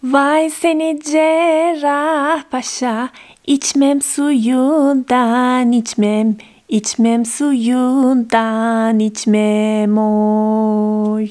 Vay seni Cerrahpaşa, içmem suyundan içmem, içmem suyundan içmem oy.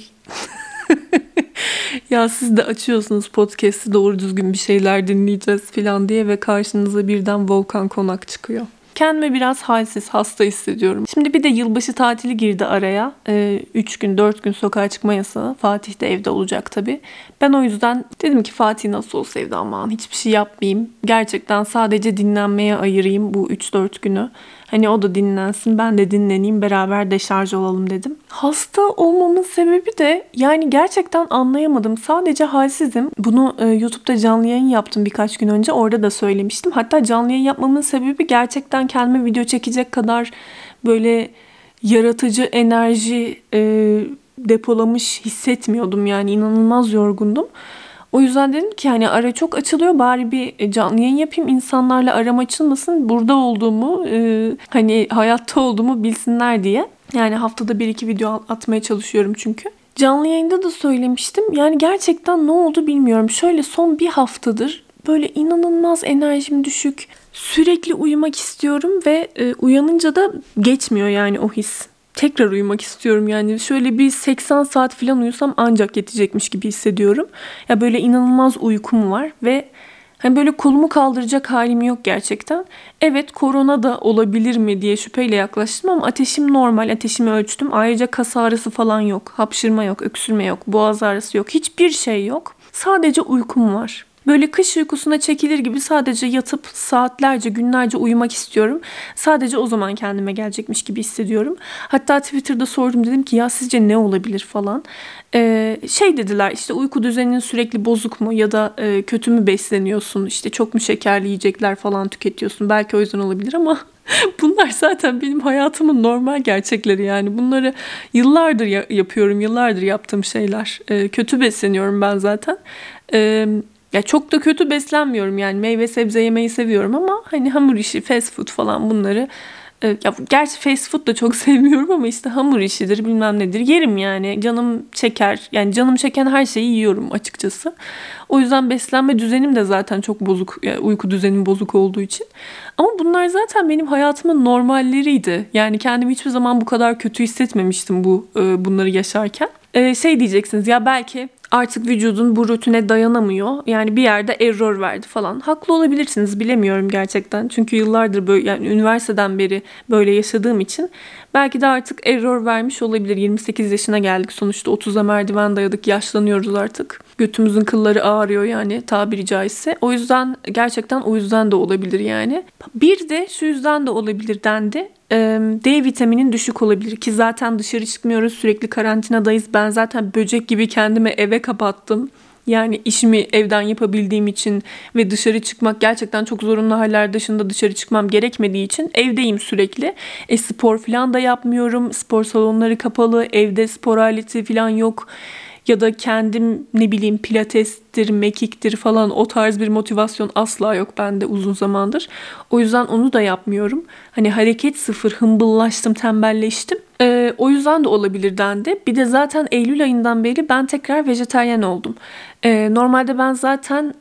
Ya siz de açıyorsunuz podcast'i doğru düzgün bir şeyler dinleyeceğiz falan diye ve karşınıza birden Volkan Konak çıkıyor. Kendimi biraz halsiz, hasta hissediyorum. Şimdi bir de yılbaşı tatili girdi araya. 3 gün, 4 gün sokağa çıkma yasağı. Fatih de evde olacak tabii. Ben o yüzden dedim ki Fatih nasıl olsa evde, aman hiçbir şey yapmayayım. Gerçekten sadece dinlenmeye ayırayım bu 3-4 günü. Hani o da dinlensin, ben de dinleneyim, beraber deşarj olalım dedim. Hasta olmamın sebebi de yani gerçekten anlayamadım. Sadece halsizim. Bunu YouTube'da canlı yayın yaptım birkaç gün önce. Orada da söylemiştim. Hatta canlı yayın yapmamın sebebi gerçekten kendime video çekecek kadar böyle yaratıcı enerji depolamış hissetmiyordum. Yani inanılmaz yorgundum. O yüzden dedim ki hani ara çok açılıyor, bari bir canlı yayın yapayım, insanlarla aram açılmasın, burada olduğumu hani hayatta olduğumu bilsinler diye. Yani haftada 1-2 video atmaya çalışıyorum çünkü. Canlı yayında da söylemiştim. Yani gerçekten ne oldu bilmiyorum. Şöyle son bir haftadır böyle inanılmaz enerjim düşük. Sürekli uyumak istiyorum ve uyanınca da geçmiyor yani o his. Tekrar uyumak istiyorum yani. Şöyle bir 80 saat falan uyusam ancak yetecekmiş gibi hissediyorum. Ya böyle inanılmaz uykum var ve hani böyle kolumu kaldıracak halim yok gerçekten. Evet, korona da olabilir mi diye şüpheyle yaklaştım ama ateşim normal. Ateşimi ölçtüm. Ayrıca kas ağrısı falan yok. Hapşırma yok, öksürme yok, boğaz ağrısı yok. Hiçbir şey yok. Sadece uykum var. Böyle kış uykusuna çekilir gibi sadece yatıp saatlerce, günlerce uyumak istiyorum. Sadece o zaman kendime gelecekmiş gibi hissediyorum. Hatta Twitter'da sordum, dedim ki ya sizce ne olabilir falan. Şey dediler, işte uyku düzeninin sürekli bozuk mu ya da kötü mü besleniyorsun, işte çok mu şekerli yiyecekler falan tüketiyorsun. Belki o yüzden olabilir ama bunlar zaten benim hayatımın normal gerçekleri yani. Bunları yıllardır yapıyorum, yıllardır yaptığım şeyler. Kötü besleniyorum ben zaten. Ya çok da kötü beslenmiyorum yani, meyve sebze yemeyi seviyorum ama hani hamur işi, fast food falan bunları ya gerçi fast food da çok sevmiyorum ama işte hamur işidir bilmem nedir yerim yani, canım çeker yani, canım çeken her şeyi yiyorum açıkçası. O yüzden beslenme düzenim de zaten çok bozuk, yani uyku düzenim bozuk olduğu için. Ama bunlar zaten benim hayatımın normalleriydi. Yani kendimi hiçbir zaman bu kadar kötü hissetmemiştim bunları yaşarken. Şey diyeceksiniz ya, belki artık vücudun bu rutine dayanamıyor. Yani bir yerde error verdi falan. Haklı olabilirsiniz, bilemiyorum gerçekten. Çünkü yıllardır böyle, yani üniversiteden beri böyle yaşadığım için belki de artık error vermiş olabilir. 28 yaşına geldik sonuçta, 30'a merdiven dayadık, yaşlanıyoruz artık. Götümüzün kılları ağrıyor yani, tabiri caizse. O yüzden gerçekten o yüzden de olabilir yani. Bir de şu yüzden de olabilir dendi. D vitaminin düşük olabilir ki zaten dışarı çıkmıyoruz, sürekli karantinadayız. Ben zaten böcek gibi kendimi eve kapattım. Yani işimi evden yapabildiğim için ve dışarı çıkmak gerçekten çok zorunlu haller dışında dışarı çıkmam gerekmediği için evdeyim sürekli. Spor falan da yapmıyorum. Spor salonları kapalı, evde spor aleti falan yok. Ya da kendim ne bileyim pilatestir, mekiktir falan, o tarz bir motivasyon asla yok bende uzun zamandır. O yüzden onu da yapmıyorum. Hani hareket sıfır, hımbıllaştım, tembelleştim. O yüzden de olabilir dendi. Bir de zaten Eylül ayından beri ben tekrar vejetaryen oldum. Normalde ben zaten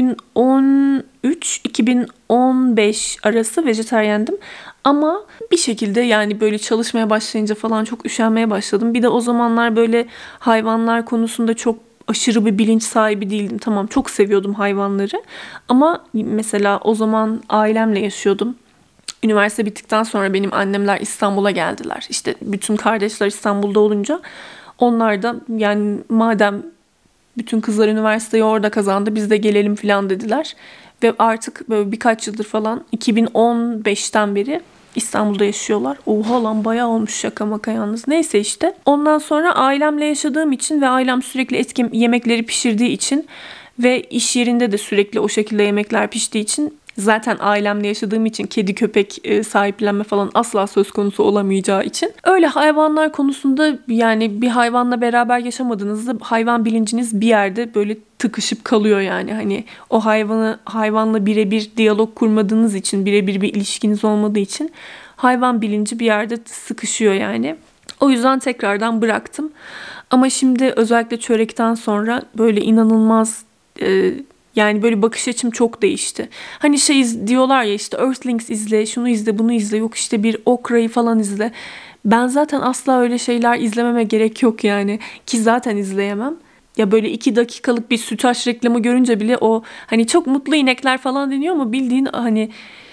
2013-2015 arası vejetaryendim. Ama bir şekilde yani böyle çalışmaya başlayınca falan çok üşenmeye başladım. Bir de o zamanlar böyle hayvanlar konusunda çok aşırı bir bilinç sahibi değildim. Tamam, çok seviyordum hayvanları. Ama mesela o zaman ailemle yaşıyordum. Üniversite bittikten sonra benim annemler İstanbul'a geldiler. İşte bütün kardeşler İstanbul'da olunca onlar da yani madem bütün kızlar üniversiteyi orada kazandı, biz de gelelim falan dediler. Ve artık böyle birkaç yıldır falan, 2015'ten beri İstanbul'da yaşıyorlar. Oha lan, bayağı olmuş, şaka maka yalnız. Neyse işte. Ondan sonra ailemle yaşadığım için ve ailem sürekli yemekleri pişirdiği için ve iş yerinde de sürekli o şekilde yemekler piştiği için, zaten ailemle yaşadığım için kedi köpek sahiplenme falan asla söz konusu olamayacağı için, öyle hayvanlar konusunda yani bir hayvanla beraber yaşamadığınızda hayvan bilinciniz bir yerde böyle tıkışıp kalıyor yani. Hani o hayvanla birebir diyalog kurmadığınız için, birebir bir ilişkiniz olmadığı için hayvan bilinci bir yerde sıkışıyor yani. O yüzden tekrardan bıraktım. Ama şimdi özellikle çörekten sonra böyle inanılmaz Yani böyle bakış açım çok değişti. Hani diyorlar ya işte Earthlings izle, şunu izle, bunu izle, yok işte bir Okra'yı falan izle. Ben zaten asla öyle şeyler izlememe gerek yok yani. Ki zaten izleyemem. Ya böyle 2 dakikalık bir sütaş reklamı görünce bile o hani çok mutlu inekler falan deniyor ama bildiğin hani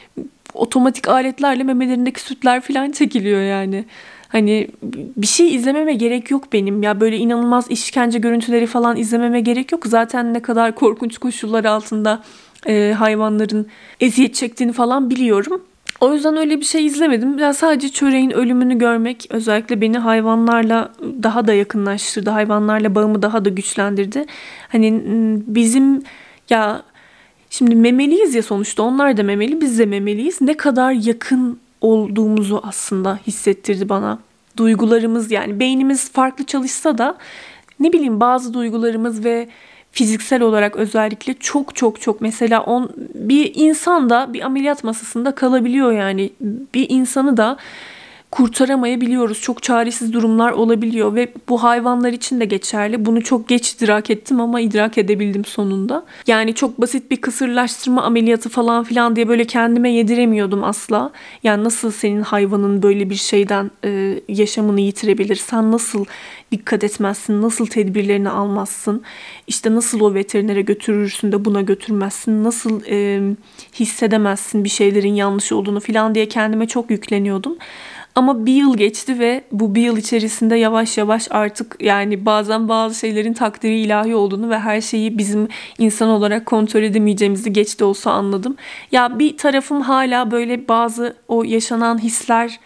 otomatik aletlerle memelerindeki sütler falan çekiliyor yani. Hani bir şey izlememe gerek yok benim. Ya böyle inanılmaz işkence görüntüleri falan izlememe gerek yok. Zaten ne kadar korkunç koşullar altında hayvanların eziyet çektiğini falan biliyorum. O yüzden öyle bir şey izlemedim. Ya sadece çöreğin ölümünü görmek özellikle beni hayvanlarla daha da yakınlaştırdı. Hayvanlarla bağımı daha da güçlendirdi. Hani bizim ya şimdi memeliyiz ya sonuçta, onlar da memeli, biz de memeliyiz. Ne kadar yakın olduğumuzu aslında hissettirdi bana. Duygularımız yani beynimiz farklı çalışsa da ne bileyim bazı duygularımız ve fiziksel olarak özellikle çok çok çok mesela bir insan da bir ameliyat masasında kalabiliyor yani bir insanı da kurtaramayabiliyoruz. Çok çaresiz durumlar olabiliyor ve bu hayvanlar için de geçerli. Bunu çok geç idrak ettim ama idrak edebildim sonunda. Yani çok basit bir kısırlaştırma ameliyatı falan filan diye böyle kendime yediremiyordum asla. Yani nasıl senin hayvanın böyle bir şeyden yaşamını yitirebilir? Sen nasıl dikkat etmezsin? Nasıl tedbirlerini almazsın? İşte nasıl o veterinere götürürsün de buna götürmezsin? Nasıl hissedemezsin bir şeylerin yanlış olduğunu filan diye kendime çok yükleniyordum. Ama bir yıl geçti ve bu bir yıl içerisinde yavaş yavaş artık yani bazen bazı şeylerin takdiri ilahi olduğunu ve her şeyi bizim insan olarak kontrol edemeyeceğimizi geç de olsa anladım. Ya bir tarafım hala böyle bazı o yaşanan hisler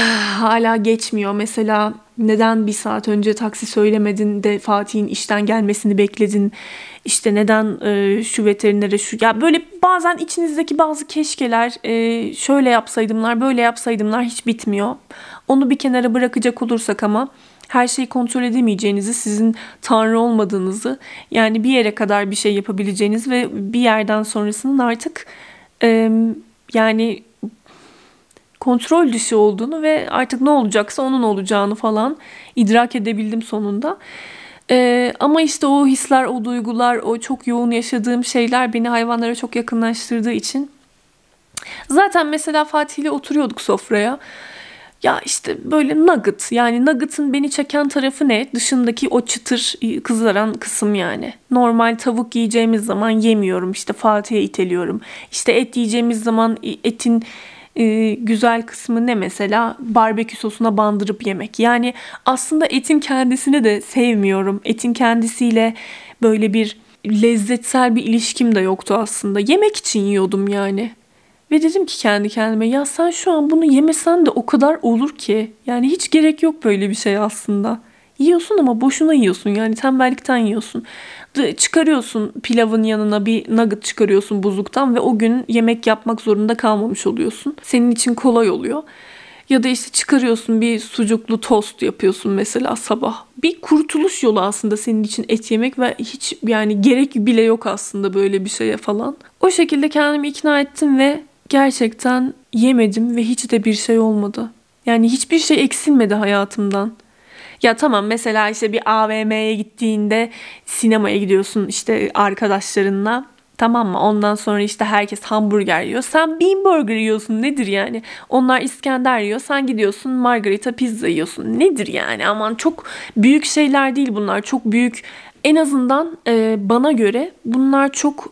hala geçmiyor. Mesela neden bir saat önce taksi söylemedin de Fatih'in işten gelmesini bekledin? İşte neden şu veterinere şu... Ya böyle bazen içinizdeki bazı keşkeler şöyle yapsaydımlar, böyle yapsaydımlar hiç bitmiyor. Onu bir kenara bırakacak olursak ama her şeyi kontrol edemeyeceğinizi, sizin tanrı olmadığınızı, yani bir yere kadar bir şey yapabileceğiniz ve bir yerden sonrasının artık yani kontrol dışı olduğunu ve artık ne olacaksa onun olacağını falan idrak edebildim sonunda. Ama işte o hisler, o duygular, o çok yoğun yaşadığım şeyler beni hayvanlara çok yakınlaştırdığı için. Zaten mesela Fatih ile oturuyorduk sofraya. Ya işte böyle nugget, yani nugget'ın beni çeken tarafı ne? Dışındaki o çıtır kızaran kısım yani. Normal tavuk yiyeceğimiz zaman yemiyorum, işte Fatih'e iteliyorum. İşte et yiyeceğimiz zaman etin güzel kısmı ne mesela? Barbekü sosuna bandırıp yemek. Yani aslında etin kendisini de sevmiyorum. Etin kendisiyle böyle bir lezzetsel bir ilişkim de yoktu aslında. Yemek için yiyordum yani. Ve dedim ki kendi kendime ya sen şu an bunu yemesen de o kadar olur ki. Yani hiç gerek yok böyle bir şey aslında. Yiyorsun ama boşuna yiyorsun, yani tembellikten yiyorsun. Çıkarıyorsun pilavın yanına bir nugget çıkarıyorsun buzluktan ve o gün yemek yapmak zorunda kalmamış oluyorsun. Senin için kolay oluyor. Ya da işte çıkarıyorsun bir sucuklu tost yapıyorsun mesela sabah. Bir kurtuluş yolu aslında senin için et yemek ve hiç yani gerek bile yok aslında böyle bir şeye falan. O şekilde kendimi ikna ettim ve gerçekten yemedim ve hiç de bir şey olmadı. Yani hiçbir şey eksilmedi hayatımdan. Ya tamam mesela işte bir AVM'ye gittiğinde sinemaya gidiyorsun işte arkadaşlarınla. Tamam mı? Ondan sonra işte herkes hamburger yiyor. Sen Bean Burger yiyorsun. Nedir yani? Onlar İskender yiyor. Sen gidiyorsun Margarita pizza yiyorsun. Nedir yani? Aman çok büyük şeyler değil bunlar. Çok büyük. En azından bana göre bunlar çok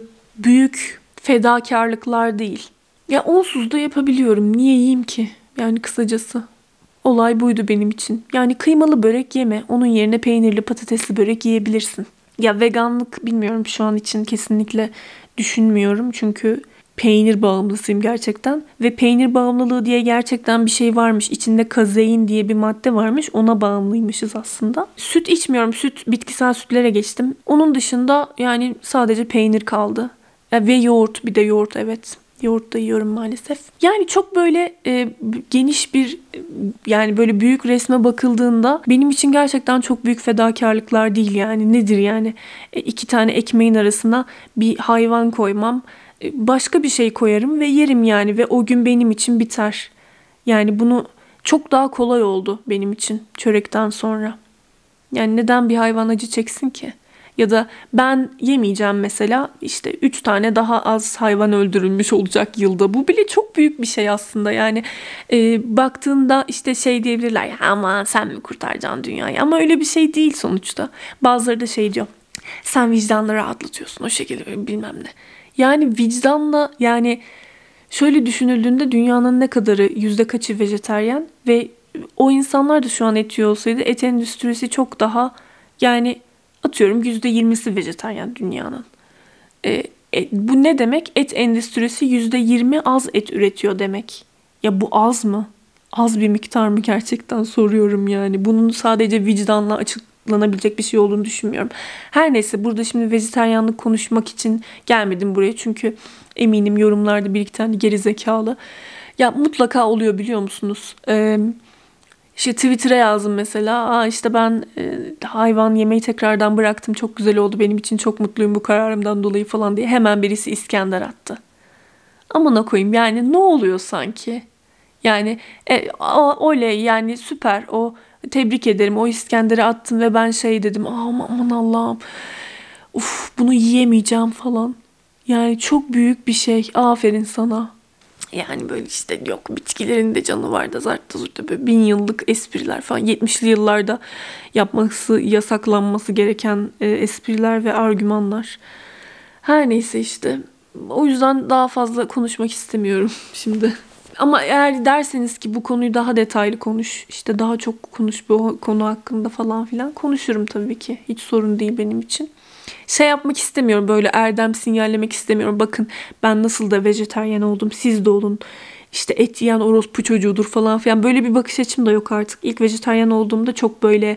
büyük fedakarlıklar değil. Ya onsuz da yapabiliyorum. Niye yiyeyim ki? Yani kısacası. Olay buydu benim için. Yani kıymalı börek yeme. Onun yerine peynirli patatesli börek yiyebilirsin. Ya veganlık bilmiyorum şu an için kesinlikle düşünmüyorum. Çünkü peynir bağımlısıyım gerçekten. Ve peynir bağımlılığı diye gerçekten bir şey varmış. İçinde kazein diye bir madde varmış. Ona bağımlıymışız aslında. Süt içmiyorum. Bitkisel sütlere geçtim. Onun dışında yani sadece peynir kaldı. Ve yoğurt, bir de yoğurt, evet. Yoğurt da yiyorum maalesef. Yani çok böyle geniş bir yani böyle büyük resme bakıldığında benim için gerçekten çok büyük fedakarlıklar değil yani. Nedir yani? 2 tane ekmeğin arasına bir hayvan koymam. Başka bir şey koyarım ve yerim yani ve o gün benim için biter. Yani bunu çok daha kolay oldu benim için çörekten sonra. Yani neden bir hayvan acı çeksin ki? Ya da ben yemeyeceğim mesela, işte 3 tane daha az hayvan öldürülmüş olacak yılda. Bu bile çok büyük bir şey aslında. Yani baktığında işte şey diyebilirler ya, ama sen mi kurtaracaksın dünyayı? Ama öyle bir şey değil sonuçta. Bazıları da şey diyor, sen vicdanla rahatlatıyorsun o şekilde bilmem ne. Yani vicdanla, yani şöyle düşünüldüğünde dünyanın ne kadarı, yüzde kaçı vejetaryen ve o insanlar da şu an et yiyor olsaydı et endüstrisi çok daha, yani atıyorum %20'si vejetaryen dünyanın. Bu ne demek? Et endüstrisi %20 az et üretiyor demek. Ya bu az mı? Az bir miktar mı gerçekten, soruyorum yani. Bunun sadece vicdanla açıklanabilecek bir şey olduğunu düşünmüyorum. Her neyse, burada şimdi vejetaryenlik konuşmak için gelmedim buraya. Çünkü eminim yorumlarda bir iki tane geri zekalı. Ya mutlaka oluyor, biliyor musunuz? İşte Twitter'a yazdım mesela. İşte ben hayvan yemeyi tekrardan bıraktım. Çok güzel oldu. Benim için çok mutluyum bu kararımdan dolayı falan diye. Hemen birisi İskender attı. Amına koyayım, yani ne oluyor sanki? Yani oley, yani süper, o tebrik ederim, o İskender'i attın ve ben şey dedim, aman Allah'ım, uf, bunu yiyemeyeceğim falan. Yani çok büyük bir şey, aferin sana. Yani böyle işte, yok bitkilerin de canı var da zartta zurtta, böyle 1000 yıllık espriler falan, 70'li yıllarda yapması, yasaklanması gereken espriler ve argümanlar. Her neyse işte, o yüzden daha fazla konuşmak istemiyorum şimdi. Ama eğer derseniz ki bu konuyu daha detaylı konuş, işte daha çok konuş bu konu hakkında falan filan, konuşurum tabii ki. Hiç sorun değil benim için. Şey yapmak istemiyorum, böyle erdem sinyallemek istemiyorum. Bakın ben nasıl da vejetaryen oldum, siz de olun. İşte et yiyen orospu çocuğudur falan filan. Böyle bir bakış açım da yok artık. İlk vejetaryen olduğumda çok böyle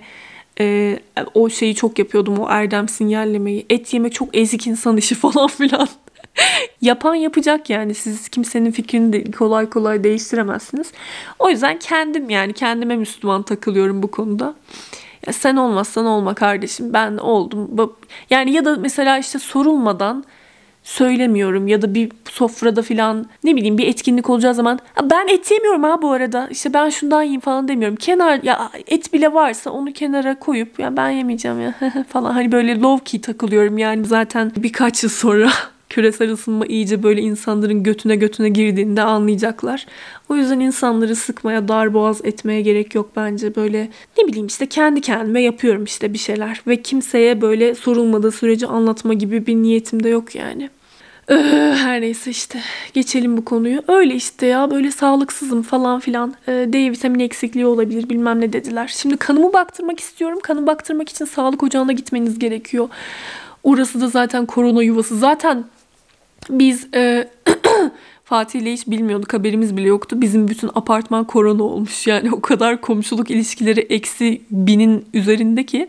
o şeyi çok yapıyordum, o erdem sinyallemeyi. Et yemek çok ezik insan işi falan filan. Yapan yapacak yani. Siz kimsenin fikrini de kolay kolay değiştiremezsiniz. O yüzden kendim, yani kendime Müslüman takılıyorum bu konuda. Ya sen olmazsan olma kardeşim. Ben oldum. Yani ya da mesela işte sorulmadan söylemiyorum, ya da bir sofrada falan, ne bileyim, bir etkinlik olacağı zaman ben et yemiyorum ha bu arada, işte ben şundan yiyeyim falan demiyorum. Ya et bile varsa onu kenara koyup, ya ben yemeyeceğim ya falan, hani böyle low key takılıyorum yani. Zaten birkaç yıl sonra küresel ısınma iyice böyle insanların götüne girdiğinde anlayacaklar. O yüzden insanları sıkmaya, darboğaz etmeye gerek yok bence. Böyle ne bileyim işte, kendi kendime yapıyorum işte bir şeyler ve kimseye böyle sorulmadığı sürece anlatma gibi bir niyetim de yok yani. Her neyse işte, geçelim bu konuyu. Öyle işte ya, böyle sağlıksızım falan filan. D vitamini eksikliği olabilir bilmem ne dediler. Şimdi kanımı baktırmak istiyorum. Kanı baktırmak için sağlık ocağına gitmeniz gerekiyor. Orası da zaten korona yuvası. Zaten biz Fatih'le hiç bilmiyorduk, haberimiz bile yoktu. Bizim bütün apartman korona olmuş. Yani o kadar komşuluk ilişkileri -1000'in üzerinde ki.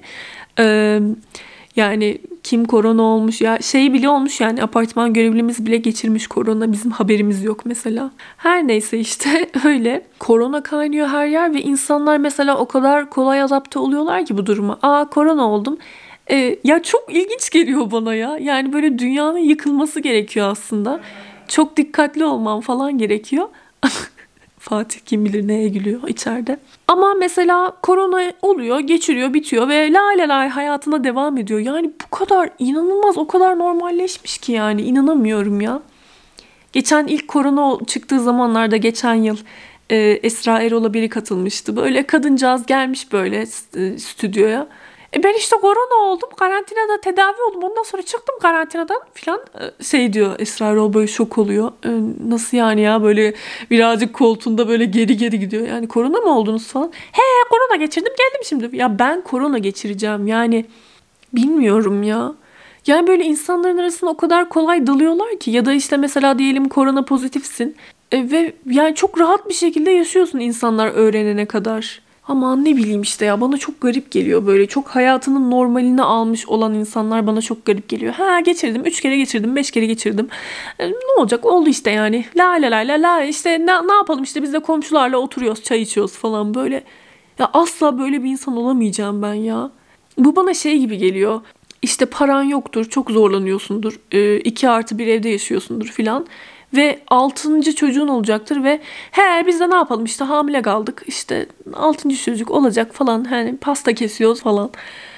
Yani kim korona olmuş ya, şey bile olmuş yani, apartman görevlimiz bile geçirmiş korona, bizim haberimiz yok mesela. Her neyse işte öyle. Korona kaynıyor her yer ve insanlar mesela o kadar kolay adapte oluyorlar ki bu duruma. Korona oldum. Ya çok ilginç geliyor bana ya. Yani böyle dünyanın yıkılması gerekiyor aslında. Çok dikkatli olmam falan gerekiyor. Fatih kim bilir neye gülüyor içeride. Ama mesela korona oluyor, geçiriyor, bitiyor ve la la la hayatına devam ediyor. Yani bu kadar inanılmaz, o kadar normalleşmiş ki yani, inanamıyorum ya. Geçen ilk korona çıktığı zamanlarda, geçen yıl Esra Erol'a biri katılmıştı. Böyle kadıncağız gelmiş böyle stüdyoya. Ben işte korona oldum, karantinada tedavi oldum, ondan sonra çıktım karantinadan filan, şey diyor Esra Erol, böyle şok oluyor. Nasıl yani ya, böyle birazcık koltuğunda böyle geri geri gidiyor. Yani korona mı oldunuz falan. He, korona geçirdim geldim şimdi. Ya ben korona geçireceğim yani, bilmiyorum ya. Yani böyle insanların arasında o kadar kolay dalıyorlar ki, ya da işte mesela diyelim korona pozitifsin ve yani çok rahat bir şekilde yaşıyorsun insanlar öğrenene kadar. Aman ne bileyim işte ya, bana çok garip geliyor böyle. Çok hayatının normalini almış olan insanlar bana çok garip geliyor. Geçirdim, 3 kere geçirdim, 5 kere geçirdim. Ne olacak, oldu işte yani. La la la la la, işte ne yapalım işte, biz de komşularla oturuyoruz, çay içiyoruz falan böyle. Ya asla böyle bir insan olamayacağım ben ya. Bu bana şey gibi geliyor. İşte paran yoktur, çok zorlanıyorsundur, 2+1 evde yaşıyorsundur filan. Ve 6. çocuğun olacaktır ve biz de ne yapalım işte, hamile kaldık, işte 6. çocuk olacak falan, hani pasta kesiyoruz falan.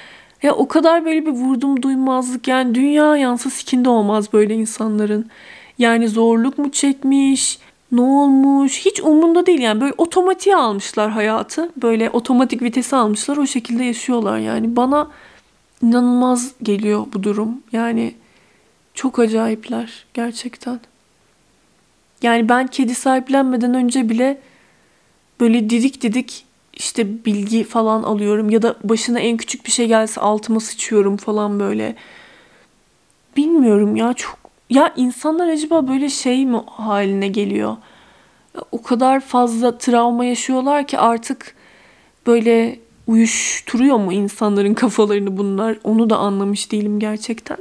Ya o kadar böyle bir vurdum duymazlık, yani dünya yansa sikinde olmaz böyle insanların. Yani zorluk mu çekmiş, ne olmuş hiç umurunda değil yani, böyle otomatiğe almışlar hayatı. Böyle otomatik vitesi almışlar, o şekilde yaşıyorlar yani. Bana inanılmaz geliyor bu durum. Yani çok acayipler gerçekten. Yani ben kedi sahiplenmeden önce bile böyle didik didik işte bilgi falan alıyorum ya da başına en küçük bir şey gelse altıma sıçıyorum falan böyle. Bilmiyorum ya, çok ya insanlar acaba böyle şey mi haline geliyor? O kadar fazla travma yaşıyorlar ki artık böyle uyuşturuyor mu insanların kafalarını bunlar? Onu da anlamış değilim gerçekten.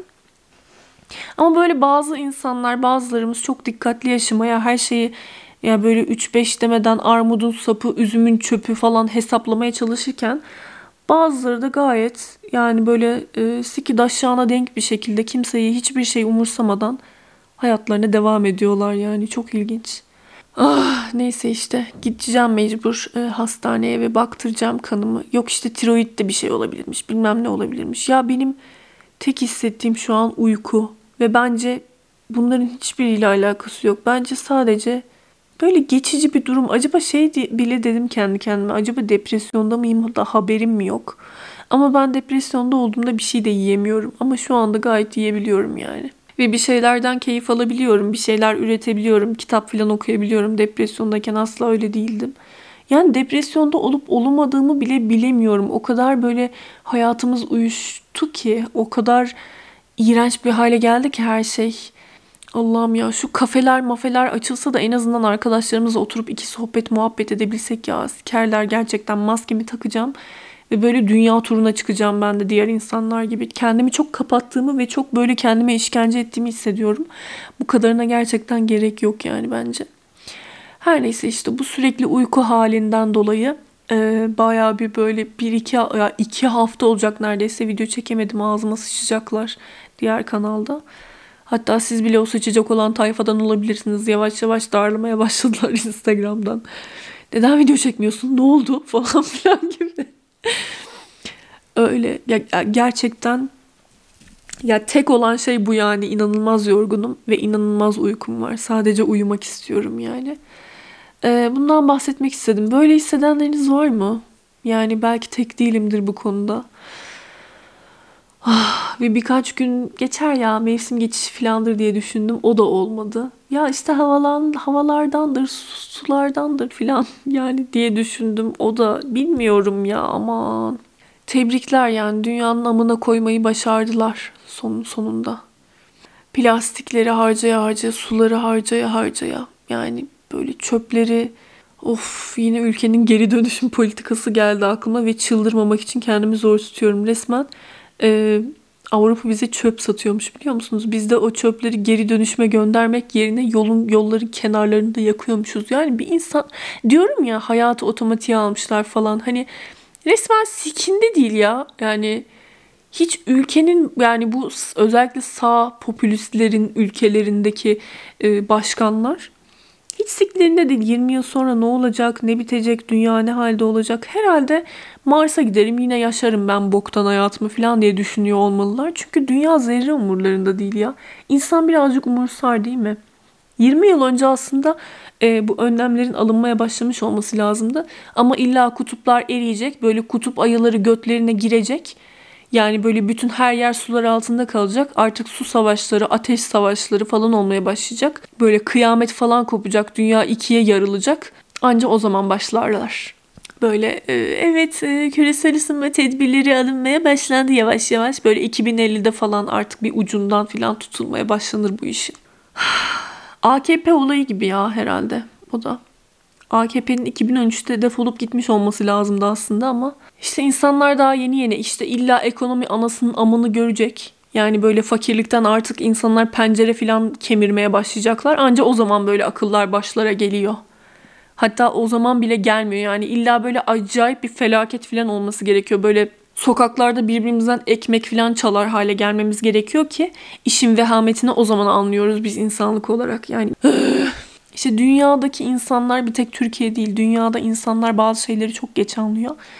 Ama böyle bazı insanlar, bazılarımız çok dikkatli yaşamaya, her şeyi ya böyle 3-5 demeden armudun sapı, üzümün çöpü falan hesaplamaya çalışırken bazıları da gayet yani böyle siki daşağına denk bir şekilde kimseyi, hiçbir şey umursamadan hayatlarına devam ediyorlar yani. Çok ilginç. Ah, neyse işte gideceğim mecbur hastaneye ve baktıracağım kanımı. Yok işte tiroid de bir şey olabilirmiş, bilmem ne olabilirmiş. Ya benim tek hissettiğim şu an uyku ve bence bunların hiçbiriyle alakası yok. Bence sadece böyle geçici bir durum. Acaba bile dedim kendi kendime. Acaba depresyonda mıyım da haberim mi yok? Ama ben depresyonda olduğumda bir şey de yiyemiyorum. Ama şu anda gayet yiyebiliyorum yani. Ve bir şeylerden keyif alabiliyorum. Bir şeyler üretebiliyorum. Kitap falan okuyabiliyorum. Depresyondayken asla öyle değildim. Yani depresyonda olup olmadığımı bile bilemiyorum. O kadar böyle hayatımız uyuştu ki, o kadar iğrenç bir hale geldi ki her şey. Allah'ım ya, şu kafeler mafeler açılsa da en azından arkadaşlarımızla oturup iki sohbet muhabbet edebilsek ya. Sikerler gerçekten, maskemi takacağım. Ve böyle dünya turuna çıkacağım ben de diğer insanlar gibi. Kendimi çok kapattığımı ve çok böyle kendime işkence ettiğimi hissediyorum. Bu kadarına gerçekten gerek yok yani bence. Her neyse işte bu sürekli uyku halinden dolayı bayağı bir böyle ya 2 hafta olacak neredeyse video çekemedim. Ağzıma sıçacaklar diğer kanalda. Hatta siz bile o sıçacak olan tayfadan olabilirsiniz. Yavaş yavaş darlamaya başladılar Instagram'dan. Neden video çekmiyorsun? Ne oldu? Falan filan gibi. Öyle ya gerçekten, ya tek olan şey bu yani. İnanılmaz yorgunum ve inanılmaz uykum var. Sadece uyumak istiyorum yani. Bundan bahsetmek istedim. Böyle hissedenleriniz var mı? Yani belki tek değilimdir bu konuda. Ah, ve birkaç gün geçer ya, mevsim geçişi falandır diye düşündüm. O da olmadı. Ya işte havalardandır, sulardandır filan yani diye düşündüm. O da bilmiyorum ya, aman. Tebrikler yani, dünyanın amına koymayı başardılar sonunda. Plastikleri harcaya harcaya, suları harcaya harcaya. Yani böyle çöpleri, of, yine ülkenin geri dönüşüm politikası geldi aklıma ve çıldırmamak için kendimi zor tutuyorum. Resmen Avrupa bize çöp satıyormuş, biliyor musunuz? Biz de o çöpleri geri dönüşüme göndermek yerine yolların kenarlarında yakıyormuşuz. Yani bir insan, diyorum ya, hayatı otomatiğe almışlar falan. Hani resmen sikinde değil ya. Yani hiç ülkenin, yani bu özellikle sağ popülistlerin ülkelerindeki başkanlar hiç siklerinde değil. 20 yıl sonra ne olacak, ne bitecek, dünya ne halde olacak? Herhalde Mars'a giderim yine yaşarım ben boktan hayatımı falan diye düşünüyor olmalılar. Çünkü dünya zerre umurlarında değil ya. İnsan birazcık umursar değil mi? 20 yıl önce aslında bu önlemlerin alınmaya başlamış olması lazımdı. Ama illa kutuplar eriyecek, böyle kutup ayıları götlerine girecek. Yani böyle bütün her yer sular altında kalacak. Artık su savaşları, ateş savaşları falan olmaya başlayacak. Böyle kıyamet falan kopacak. Dünya ikiye yarılacak. Anca o zaman başlarlar. Böyle evet, küresel ısınma tedbirleri alınmaya başlandı yavaş yavaş. Böyle 2050'de falan artık bir ucundan falan tutulmaya başlanır bu işin. AKP olayı gibi ya herhalde o da. AKP'nin 2013'te defolup gitmiş olması lazımdı aslında ama işte insanlar daha yeni yeni, işte illa ekonomi anasının amını görecek. Yani böyle fakirlikten artık insanlar pencere falan kemirmeye başlayacaklar. Anca o zaman böyle akıllar başlara geliyor. Hatta o zaman bile gelmiyor yani, illa böyle acayip bir felaket falan olması gerekiyor. Böyle sokaklarda birbirimizden ekmek falan çalar hale gelmemiz gerekiyor ki işin vehametini o zaman anlıyoruz biz insanlık olarak. Yani işte dünyadaki insanlar, bir tek Türkiye değil, dünyada insanlar bazı şeyleri çok geç anlıyor.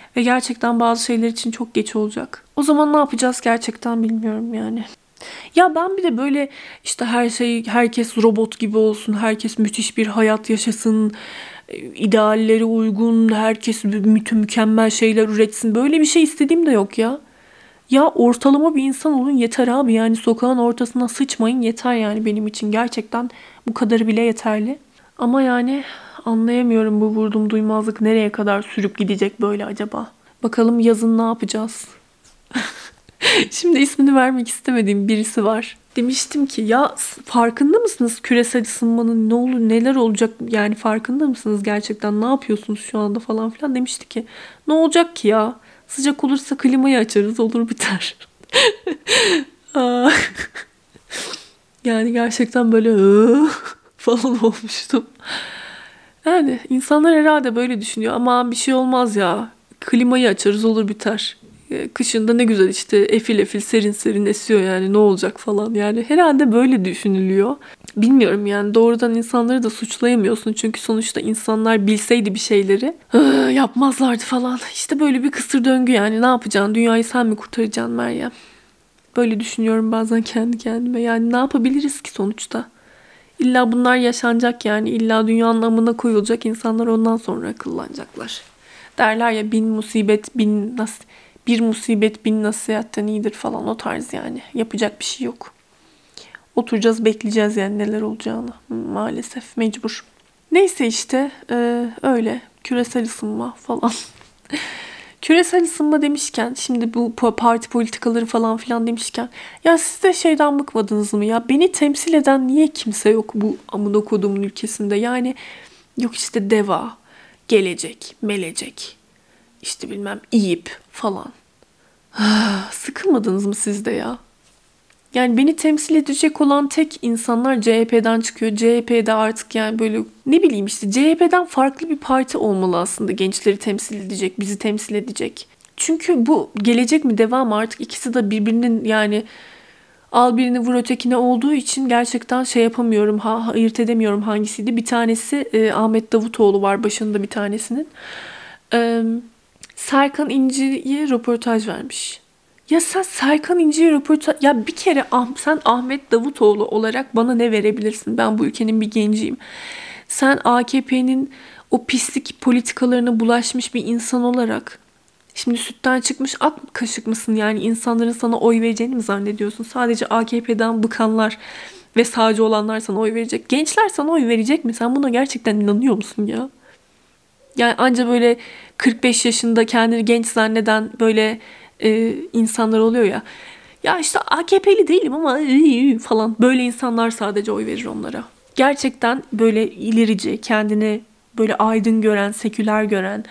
Ve gerçekten bazı şeyler için çok geç olacak. O zaman ne yapacağız gerçekten bilmiyorum yani. Ya ben bir de böyle işte her şey, herkes robot gibi olsun, herkes müthiş bir hayat yaşasın, ideallere uygun, herkes mükemmel şeyler üretsin. Böyle bir şey istediğim de yok ya. Ya ortalama bir insan olun yeter abi, yani sokağın ortasına sıçmayın yeter yani benim için gerçekten bu kadarı bile yeterli. Ama yani anlayamıyorum, bu vurdum duymazlık nereye kadar sürüp gidecek böyle acaba? Bakalım yazın ne yapacağız? Şimdi ismini vermek istemediğim birisi var. Demiştim ki ya farkında mısınız küresel ısınmanın ne olur neler olacak, yani farkında mısınız gerçekten, ne yapıyorsunuz şu anda falan filan, demişti ki ne olacak ki ya, sıcak olursa klimayı açarız olur biter. Aa, yani gerçekten böyle falan olmuştum. Yani insanlar herhalde böyle düşünüyor ama bir şey olmaz ya, klimayı açarız olur biter. Kışında ne güzel işte efil efil serin serin esiyor, yani ne olacak falan, yani herhalde böyle düşünülüyor. Bilmiyorum yani, doğrudan insanları da suçlayamıyorsun çünkü sonuçta insanlar bilseydi bir şeyleri yapmazlardı falan. İşte böyle bir kısır döngü, yani ne yapacaksın, dünyayı sen mi kurtaracaksın Meryem? Böyle düşünüyorum bazen kendi kendime, yani ne yapabiliriz ki sonuçta? İlla bunlar yaşanacak, yani illa dünyanın amına koyulacak, insanlar ondan sonra akıllanacaklar. Derler ya, bir musibet bin nasihatten iyidir falan, o tarz yani. Yapacak bir şey yok. Oturacağız bekleyeceğiz yani neler olacağını. Maalesef mecbur. Neyse işte öyle. Küresel ısınma falan. Küresel ısınma demişken, şimdi bu parti politikaları falan filan demişken, ya siz de şeyden bıkmadınız mı ya? Beni temsil eden niye kimse yok bu amına kodumun ülkesinde? Yani yok işte DEVA, Gelecek, Melecek, işte bilmem İYİP falan. Sıkılmadınız mı siz de ya? Yani beni temsil edecek olan tek insanlar CHP'den çıkıyor. CHP'de artık yani böyle ne bileyim işte, CHP'den farklı bir parti olmalı aslında, gençleri temsil edecek, bizi temsil edecek. Çünkü bu Gelecek mi Devam mı, artık ikisi de birbirinin yani al birini vur ötekine olduğu için gerçekten şey yapamıyorum, ayırt edemiyorum hangisiydi. Bir tanesi Ahmet Davutoğlu var başında bir tanesinin. E, Serkan İnci'ye röportaj vermiş. Ya sen Serkan İnci'ye röportaj... Ya bir kere sen Ahmet Davutoğlu olarak bana ne verebilirsin? Ben bu ülkenin bir genciyim. Sen AKP'nin o pislik politikalarına bulaşmış bir insan olarak şimdi sütten çıkmış ak kaşık mısın? Yani insanların sana oy vereceğini mi zannediyorsun? Sadece AKP'den bıkanlar ve sağcı olanlar sana oy verecek. Gençler sana oy verecek mi? Sen buna gerçekten inanıyor musun ya? Yani anca böyle 45 yaşında kendini genç zanneden böyle insanlar oluyor ya. Ya işte AKP'li değilim ama falan, böyle insanlar sadece oy verir onlara. Gerçekten böyle ilerici, kendini böyle aydın gören, seküler gören,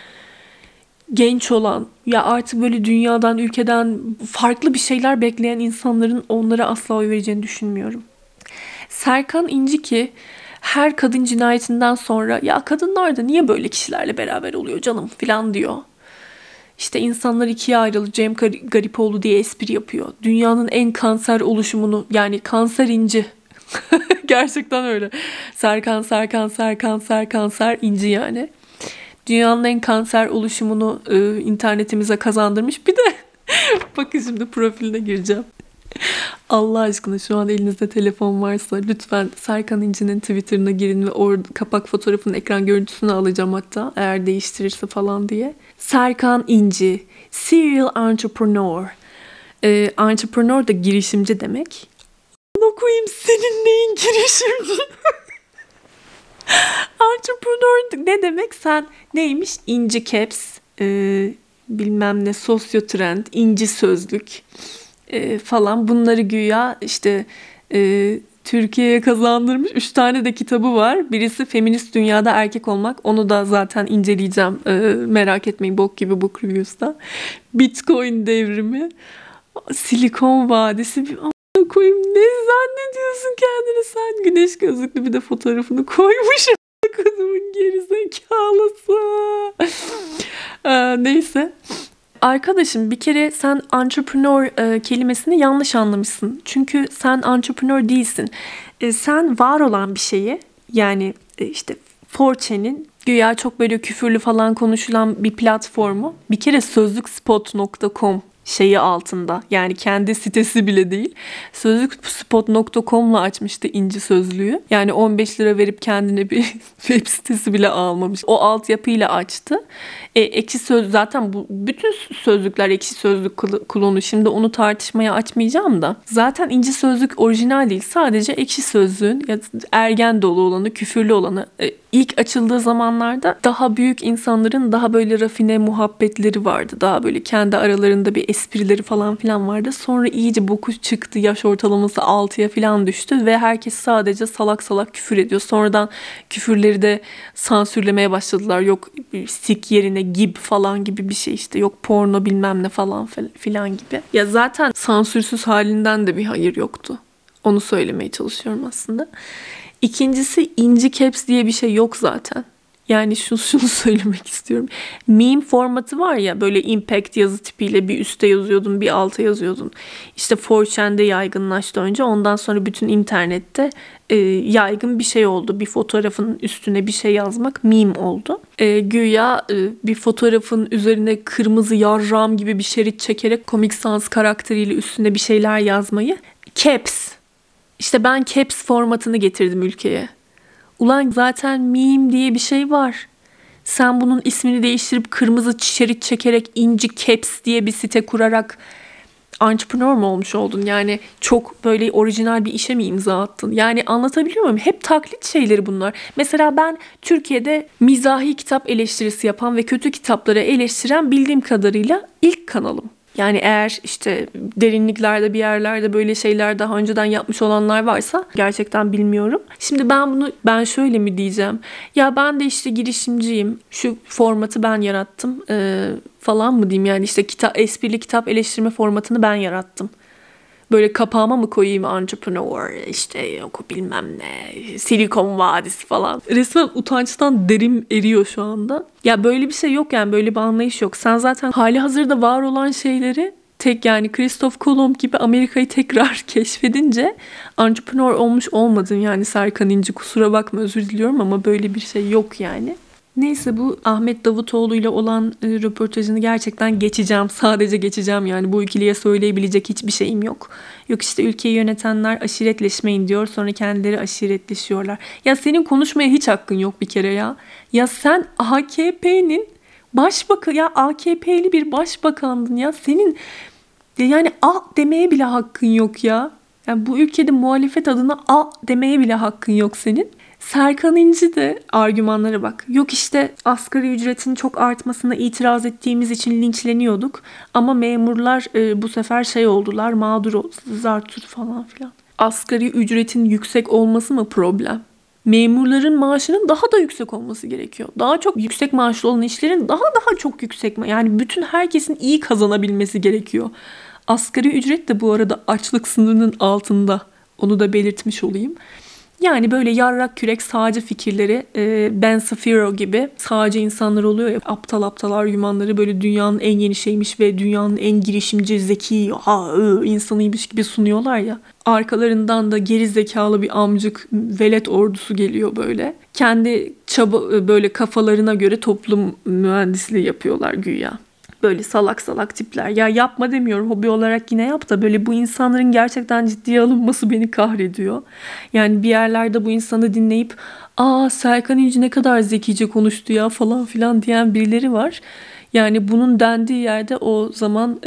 genç olan, ya artık böyle dünyadan, ülkeden farklı bir şeyler bekleyen insanların onlara asla oy vereceğini düşünmüyorum. Serkan İnci ki her kadın cinayetinden sonra ya kadınlar da niye böyle kişilerle beraber oluyor canım filan diyor. İşte insanlar ikiye ayrılır, Cem Garipoğlu diye espri yapıyor. Dünyanın en kanser oluşumunu, yani kanser inci. Gerçekten öyle. Serkan inci yani. Dünyanın en kanser oluşumunu internetimize kazandırmış. Bir de bakın şimdi profiline gireceğim. Allah aşkına şu an elinizde telefon varsa lütfen Serkan İnci'nin Twitter'ına girin ve orada kapak fotoğrafının ekran görüntüsünü alacağım hatta, eğer değiştirirse falan diye. Serkan İnci, serial entrepreneur. Entrepreneur da girişimci demek. Ne koyayım senin neyin girişimci? Entrepreneur ne demek? Sen neymiş? İnci caps, bilmem ne sosyotrend, inci sözlük falan, bunları güya işte Türkiye'ye kazandırmış. 3 tane de kitabı var. Birisi Feminist Dünyada Erkek Olmak. Onu da zaten inceleyeceğim. Merak etmeyin, bok gibi book reviews'ta. Bitcoin devrimi. Silikon Vadisi. Koyayım, ne zannediyorsun kendini sen? Güneş gözlüklü bir de fotoğrafını koymuş. Kadının gerizekalısı. Neyse. Arkadaşım bir kere sen entrepreneur kelimesini yanlış anlamışsın. Çünkü sen entrepreneur değilsin. Sen var olan bir şeyi, yani işte 4chan'in Güya çok böyle küfürlü falan konuşulan bir platformu bir kere sözlükspot.com şeyi altında, yani kendi sitesi bile değil, sözlükspot.com'la açmıştı İnci Sözlüğü. Yani 15 lira verip kendine bir web sitesi bile almamış. O altyapıyla açtı. Ekşi Söz zaten, bu bütün sözlükler Ekşi Sözlük klonu. Şimdi onu tartışmaya açmayacağım da. Zaten İnci Sözlük orijinal değil. Sadece Ekşi Sözlüğün ergen dolu olanı, küfürlü olanı. İlk açıldığı zamanlarda daha büyük insanların daha böyle rafine muhabbetleri vardı. Daha böyle kendi aralarında bir esprileri falan filan vardı. Sonra iyice boku çıktı. Yaş ortalaması 6'ya falan düştü ve herkes sadece salak salak küfür ediyor. Sonradan küfürleri de sansürlemeye başladılar. Yok sik yerine gib falan gibi bir şey işte. Yok porno bilmem ne falan filan gibi. Ya zaten sansürsüz halinden de bir hayır yoktu. Onu söylemeye çalışıyorum aslında. İkincisi, İnci Caps diye bir şey yok zaten. Yani şunu söylemek istiyorum. Meme formatı var ya, böyle impact yazı tipiyle bir üste yazıyordun, bir alta yazıyordun. İşte 4chan'de yaygınlaştı önce. Ondan sonra bütün internette yaygın bir şey oldu. Bir fotoğrafın üstüne bir şey yazmak meme oldu. Güya bir fotoğrafın üzerine kırmızı yarram gibi bir şerit çekerek Comic Sans karakteriyle üstüne bir şeyler yazmayı caps. İşte ben caps formatını getirdim ülkeye. Ulan zaten meme diye bir şey var. Sen bunun ismini değiştirip kırmızı şerit çekerek İnci Caps diye bir site kurarak entrepreneur mu olmuş oldun? Yani çok böyle orijinal bir işe mi imza attın? Yani anlatabiliyor muyum? Hep taklit şeyleri bunlar. Mesela ben Türkiye'de mizahi kitap eleştirisi yapan ve kötü kitapları eleştiren bildiğim kadarıyla ilk kanalım. Yani eğer işte derinliklerde bir yerlerde böyle şeyler daha önceden yapmış olanlar varsa gerçekten bilmiyorum. Şimdi ben şöyle mi diyeceğim? Ya ben de işte girişimciyim. Şu formatı ben yarattım falan mı diyeyim? Yani işte esprili kitap eleştirme formatını ben yarattım. Böyle kapağıma mı koyayım entrepreneur, işte yok bilmem ne, Silikon Vadisi falan. Resmen utançtan derim eriyor şu anda. Ya böyle bir şey yok, yani böyle bir anlayış yok. Sen zaten hali hazırda var olan şeyleri yani Christoph Kolomb gibi Amerika'yı tekrar keşfedince entrepreneur olmuş olmadın yani Serkan İnci, kusura bakma, özür diliyorum ama böyle bir şey yok yani. Neyse, bu Ahmet Davutoğlu ile olan röportajını gerçekten geçeceğim. Sadece geçeceğim yani, bu ikiliye söyleyebilecek hiçbir şeyim yok. Yok işte ülkeyi yönetenler aşiretleşmeyin diyor, sonra kendileri aşiretleşiyorlar. Ya senin konuşmaya hiç hakkın yok bir kere ya. Ya sen AKP'nin başbakanı, ya AKP'li bir başbakandın ya. Senin yani demeye bile hakkın yok ya. Yani bu ülkede muhalefet adına demeye bile hakkın yok senin. Serkan İnci de argümanlara bak. Yok işte asgari ücretin çok artmasına itiraz ettiğimiz için linçleniyorduk. Ama memurlar bu sefer şey oldular, mağdur oldu, zartut falan filan. Asgari ücretin yüksek olması mı problem? Memurların maaşının daha da yüksek olması gerekiyor. Daha çok yüksek maaşlı olan işlerin daha çok yüksek. Yani bütün herkesin iyi kazanabilmesi gerekiyor. Asgari ücret de bu arada açlık sınırının altında. Onu da belirtmiş olayım. Yani böyle yarrak kürek sağcı fikirleri, Ben Shapiro gibi sağcı insanlar oluyor ya, aptal aptal argümanları böyle dünyanın en yeni şeymiş ve dünyanın en girişimci, zeki, insanıymış gibi sunuyorlar ya. Arkalarından da geri zekalı bir amcık velet ordusu geliyor böyle. Kendi böyle kafalarına göre toplum mühendisliği yapıyorlar güya. Böyle salak salak tipler. Ya yapma demiyorum, hobi olarak yine yap da böyle bu insanların gerçekten ciddiye alınması beni kahrediyor. Yani bir yerlerde bu insanı dinleyip Serkan İnci ne kadar zekice konuştu ya falan filan diyen birileri var. Yani bunun dendiği yerde o zaman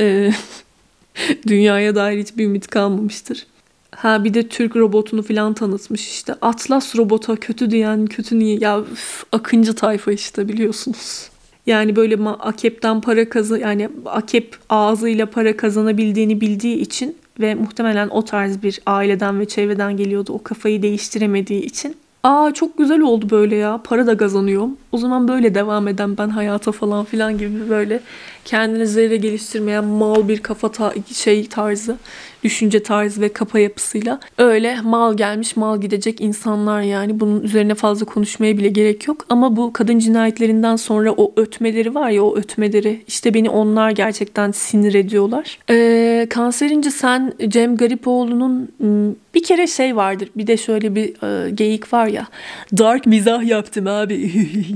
dünyaya dair hiçbir ümit kalmamıştır. Bir de Türk robotunu falan tanıtmış işte. Atlas robota kötü diyen kötü niye? Ya akıncı tayfa işte, biliyorsunuz. Yani böyle AKP'den yani AKP ağzıyla para kazanabildiğini bildiği için ve muhtemelen o tarz bir aileden ve çevreden geliyordu. O kafayı değiştiremediği için. Çok güzel oldu böyle ya. Para da kazanıyorum. O zaman böyle devam eden ben hayata falan filan gibi böyle kendini zerre geliştirmeyen mal bir kafa tarzı, düşünce tarzı ve kafa yapısıyla öyle mal gelmiş mal gidecek insanlar yani. Bunun üzerine fazla konuşmaya bile gerek yok. Ama bu kadın cinayetlerinden sonra o ötmeleri var ya, o ötmeleri işte beni onlar gerçekten sinir ediyorlar. Kanserince sen Cem Garipoğlu'nun bir kere vardır. Bir de şöyle bir geyik var ya. Dark mizah yaptım abi.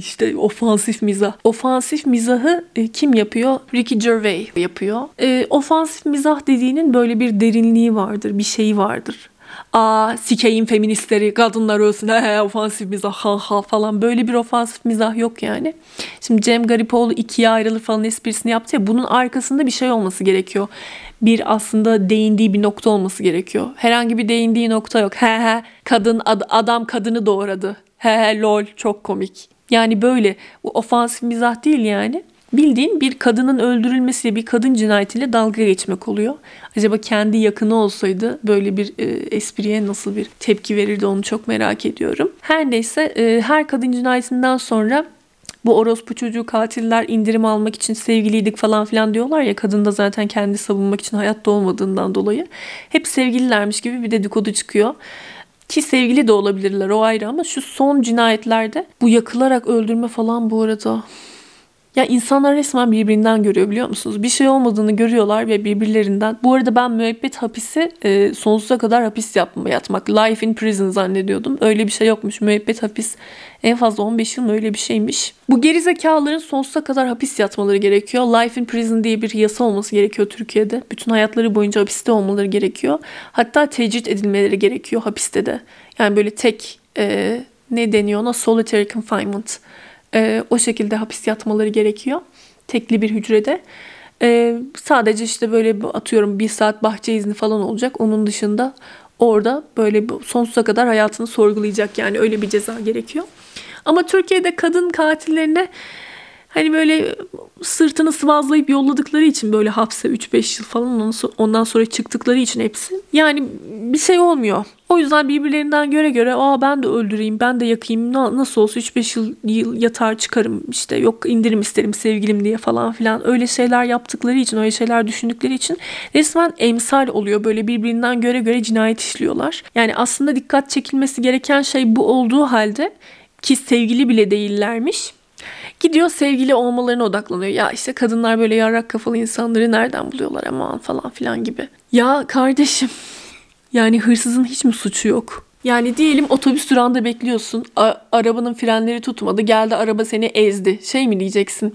işte ofansif mizah. Ofansif mizahı kim yapıyor? Ricky Gervais yapıyor. Ofansif mizah dediğinin böyle bir derinliği vardır, bir şeyi vardır. Sikeyim feministleri, kadınlar ölsün, ofansif mizah, ha ha falan, böyle bir ofansif mizah yok yani. Şimdi Cem Garipoğlu ikiye ayrılır falan esprisini yaptı ya, bunun arkasında bir şey olması gerekiyor. Bir aslında değindiği bir nokta olması gerekiyor. Herhangi bir değindiği nokta yok. Kadın adam kadını doğradı. Lol, çok komik. Yani böyle bu ofansif mizah değil yani. Bildiğin bir kadının öldürülmesiyle, bir kadın cinayetiyle dalga geçmek oluyor. Acaba kendi yakını olsaydı böyle bir espriye nasıl bir tepki verirdi, onu çok merak ediyorum. Her neyse, her kadın cinayetinden sonra bu orospu çocuğu katiller indirim almak için sevgiliydik falan filan diyorlar ya, kadın da zaten kendi savunmak için hayatta olmadığından dolayı hep sevgililermiş gibi bir dedikodu çıkıyor. Ki sevgili de olabilirler, o ayrı, ama şu son cinayetlerde bu yakılarak öldürme falan bu arada... Ya insanlar resmen birbirinden görüyor, biliyor musunuz? Bir şey olmadığını görüyorlar ve birbirlerinden. Bu arada ben müebbet hapisi sonsuza kadar hapis yatmak. Life in prison zannediyordum. Öyle bir şey yokmuş. Müebbet hapis en fazla 15 yıl mı, öyle bir şeymiş. Bu gerizekalıların sonsuza kadar hapis yatmaları gerekiyor. Life in prison diye bir yasa olması gerekiyor Türkiye'de. Bütün hayatları boyunca hapiste olmaları gerekiyor. Hatta tecrit edilmeleri gerekiyor hapiste de. Yani böyle tek ne deniyor ona? Solitary confinement. O şekilde hapis yatmaları gerekiyor. Tekli bir hücrede. Sadece işte böyle atıyorum 1 saat bahçe izni falan olacak. Onun dışında orada böyle sonsuza kadar hayatını sorgulayacak. Yani öyle bir ceza gerekiyor. Ama Türkiye'de kadın katillerine hani böyle sırtını sıvazlayıp yolladıkları için böyle hapse 3-5 yıl falan, ondan sonra çıktıkları için hepsi. Yani bir şey olmuyor. O yüzden birbirlerinden göre ben de öldüreyim, ben de yakayım, nasıl olsa 3-5 yıl yatar çıkarım, işte yok indirim isterim sevgilim diye falan filan, öyle şeyler yaptıkları için, öyle şeyler düşündükleri için resmen emsal oluyor. Böyle birbirinden göre cinayet işliyorlar. Yani aslında dikkat çekilmesi gereken şey bu olduğu halde, ki sevgili bile değillermiş, gidiyor sevgili olmalarına odaklanıyor. Ya işte kadınlar böyle yarrak kafalı insanları nereden buluyorlar aman falan filan gibi. Ya kardeşim, yani hırsızın hiç mi suçu yok? Yani diyelim otobüs durağında bekliyorsun. Arabanın frenleri tutmadı. Geldi araba seni ezdi. Şey mi diyeceksin?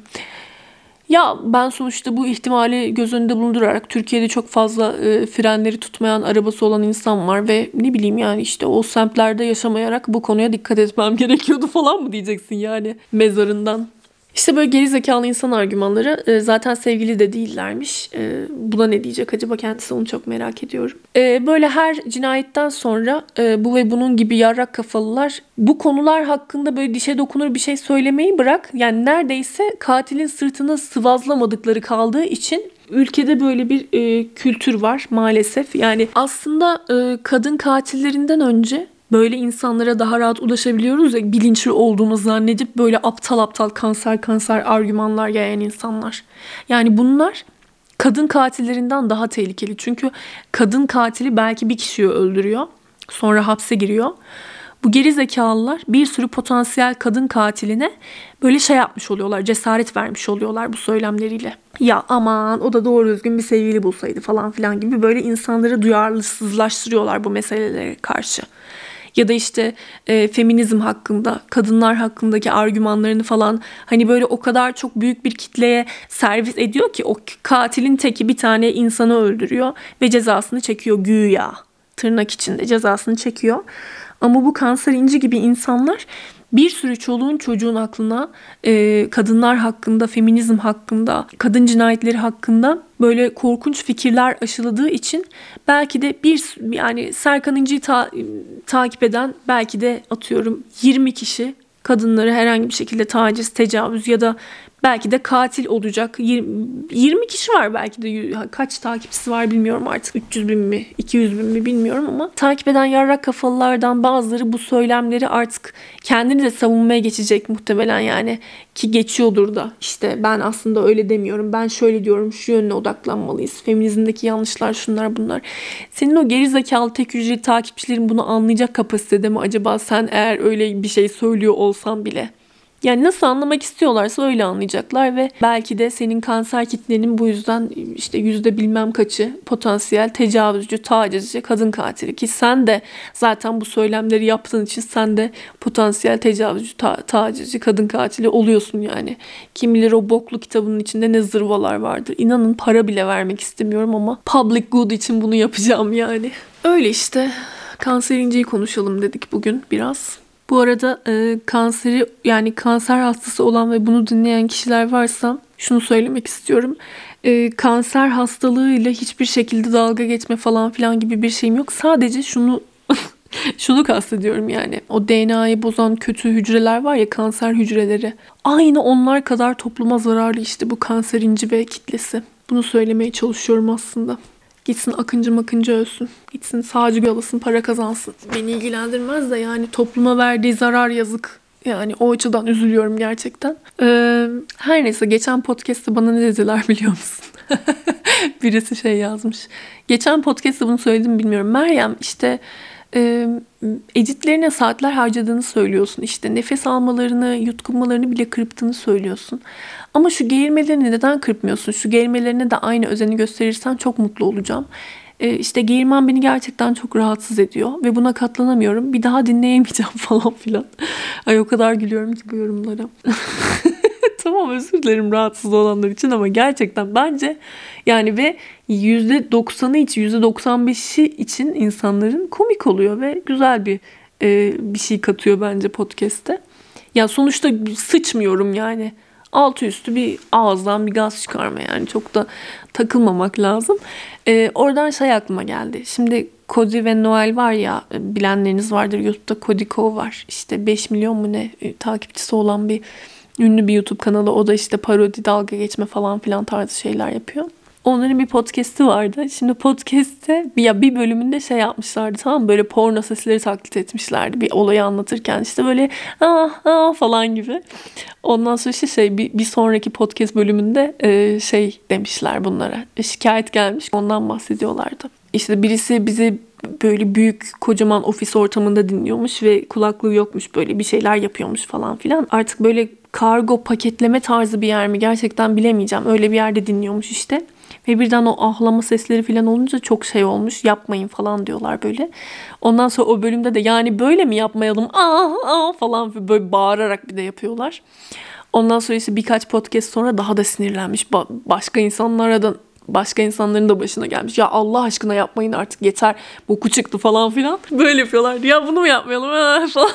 Ya ben sonuçta bu ihtimali göz önünde bulundurarak, Türkiye'de çok fazla frenleri tutmayan arabası olan insan var ve ne bileyim yani işte o semtlerde yaşamayarak bu konuya dikkat etmem gerekiyordu falan mı diyeceksin yani mezarından? İşte böyle gerizekalı insan argümanları. Zaten sevgili de değillermiş. Buna ne diyecek acaba kendisi, onu çok merak ediyorum. Böyle her cinayetten sonra bu ve bunun gibi yarrak kafalılar bu konular hakkında böyle dişe dokunur bir şey söylemeyi bırak. Yani neredeyse katilin sırtını sıvazlamadıkları kaldığı için ülkede böyle bir kültür var maalesef. Yani aslında kadın katillerinden önce böyle insanlara daha rahat ulaşabiliyoruz ya, bilinçli olduğunu zannedip böyle aptal kanser argümanlar yayan insanlar. Yani bunlar kadın katillerinden daha tehlikeli. Çünkü kadın katili belki bir kişiyi öldürüyor, sonra hapse giriyor. Bu geri zekalılar bir sürü potansiyel kadın katiline böyle şey yapmış oluyorlar, cesaret vermiş oluyorlar bu söylemleriyle. Ya aman o da doğru düzgün bir sevgili bulsaydı falan filan gibi böyle insanları duyarsızlaştırıyorlar bu meselelere karşı. Ya da işte feminizm hakkında, kadınlar hakkındaki argümanlarını falan hani böyle o kadar çok büyük bir kitleye servis ediyor ki, o katilin teki bir tane insanı öldürüyor ve cezasını çekiyor güya. Tırnak içinde cezasını çekiyor. Ama bu kanser inci gibi insanlar bir sürü çoluğun çocuğun aklına kadınlar hakkında, feminizm hakkında, kadın cinayetleri hakkında böyle korkunç fikirler aşıladığı için belki de yani Serkan İnci'yi takip eden belki de atıyorum 20 kişi kadınları herhangi bir şekilde taciz, tecavüz ya da belki de katil olacak 20 kişi var, belki de kaç takipçisi var bilmiyorum artık, 300 bin mi 200 bin mi bilmiyorum, ama takip eden yarrak kafalılardan bazıları bu söylemleri artık kendini de savunmaya geçecek muhtemelen, yani ki geçiyordur da, işte ben aslında öyle demiyorum, ben şöyle diyorum, şu yönüne odaklanmalıyız, feminizmdeki yanlışlar şunlar bunlar. Senin o gerizekalı tek hücreli takipçilerin bunu anlayacak kapasitede mi acaba, sen eğer öyle bir şey söylüyor olsan bile? Yani nasıl anlamak istiyorlarsa öyle anlayacaklar ve belki de senin kanser kitlenin bu yüzden işte yüzde bilmem kaçı potansiyel tecavüzcü, tacizci, kadın katili ki sen de zaten bu söylemleri yaptığın için sen de potansiyel tecavüzcü, tacizci, kadın katili oluyorsun yani. Kim bilir o boklu kitabının içinde ne zırvalar vardır. İnanın para bile vermek istemiyorum ama public good için bunu yapacağım yani. Öyle işte. Kanser İnci'yi konuşalım dedik bugün biraz. Bu arada kanseri yani kanser hastası olan ve bunu dinleyen kişiler varsa şunu söylemek istiyorum. Kanser hastalığıyla hiçbir şekilde dalga geçme falan filan gibi bir şeyim yok. Sadece şunu kastediyorum yani. O DNA'yı bozan kötü hücreler var ya, kanser hücreleri. Aynı onlar kadar topluma zararlı işte bu kanser inci ve kitlesi. Bunu söylemeye çalışıyorum aslında. Gitsin Akıncı ölsün. Gitsin sağcı yalasın, para kazansın. Beni ilgilendirmez de yani topluma verdiği zarar yazık. Yani o açıdan üzülüyorum gerçekten. Her neyse geçen podcast'te bana ne dediler biliyor musun? Birisi şey yazmış. Geçen podcast'te bunu söyledim bilmiyorum. Meryem işte editlerine saatler harcadığını söylüyorsun. İşte nefes almalarını, yutkunmalarını bile kırptığını söylüyorsun. Ama şu geğirmelerini neden kırpmıyorsun? Şu geğirmelerine de aynı özeni gösterirsen çok mutlu olacağım. İşte geğirmen beni gerçekten çok rahatsız ediyor ve buna katlanamıyorum. Bir daha dinleyemeyeceğim falan filan. Ay o kadar gülüyorum ki bu yorumlara. Tamam, özür dilerim rahatsız olanlar için ama gerçekten bence yani ve %90'ı için %95'i için insanların komik oluyor ve güzel bir şey katıyor bence podcast'te. Ya sonuçta sıçmıyorum yani. Altı üstü bir ağızdan bir gaz çıkarma yani çok da takılmamak lazım. Oradan şey aklıma geldi. Şimdi Cody ve Noel var ya, bilenleriniz vardır, YouTube'da Cody Co var. İşte 5 milyon mu ne takipçisi olan bir ünlü bir YouTube kanalı. O da işte parodi, dalga geçme falan filan tarzı şeyler yapıyor. Onların bir podcast'i vardı. Şimdi podcast'te bir bölümünde şey yapmışlardı, tamam mı? Böyle porno sesleri taklit etmişlerdi. Bir olayı anlatırken işte böyle falan gibi. Ondan sonra işte bir sonraki podcast bölümünde şey demişler bunlara. Şikayet gelmiş. Ondan bahsediyorlardı. İşte birisi bizi böyle büyük kocaman ofis ortamında dinliyormuş ve kulaklığı yokmuş, böyle bir şeyler yapıyormuş falan filan. Artık böyle kargo paketleme tarzı bir yer mi gerçekten bilemeyeceğim. Öyle bir yerde dinliyormuş işte. Ve birden o ahlama sesleri falan olunca çok şey olmuş. Yapmayın falan diyorlar böyle. Ondan sonra o bölümde de yani böyle mi yapmayalım falan böyle bağırarak bir de yapıyorlar. Ondan sonra işte birkaç podcast sonra daha da sinirlenmiş. Başka insanların da başına gelmiş. Ya Allah aşkına yapmayın artık, yeter. Boku çıktı falan filan. Böyle yapıyorlar. Ya bunu mu yapmayalım falan.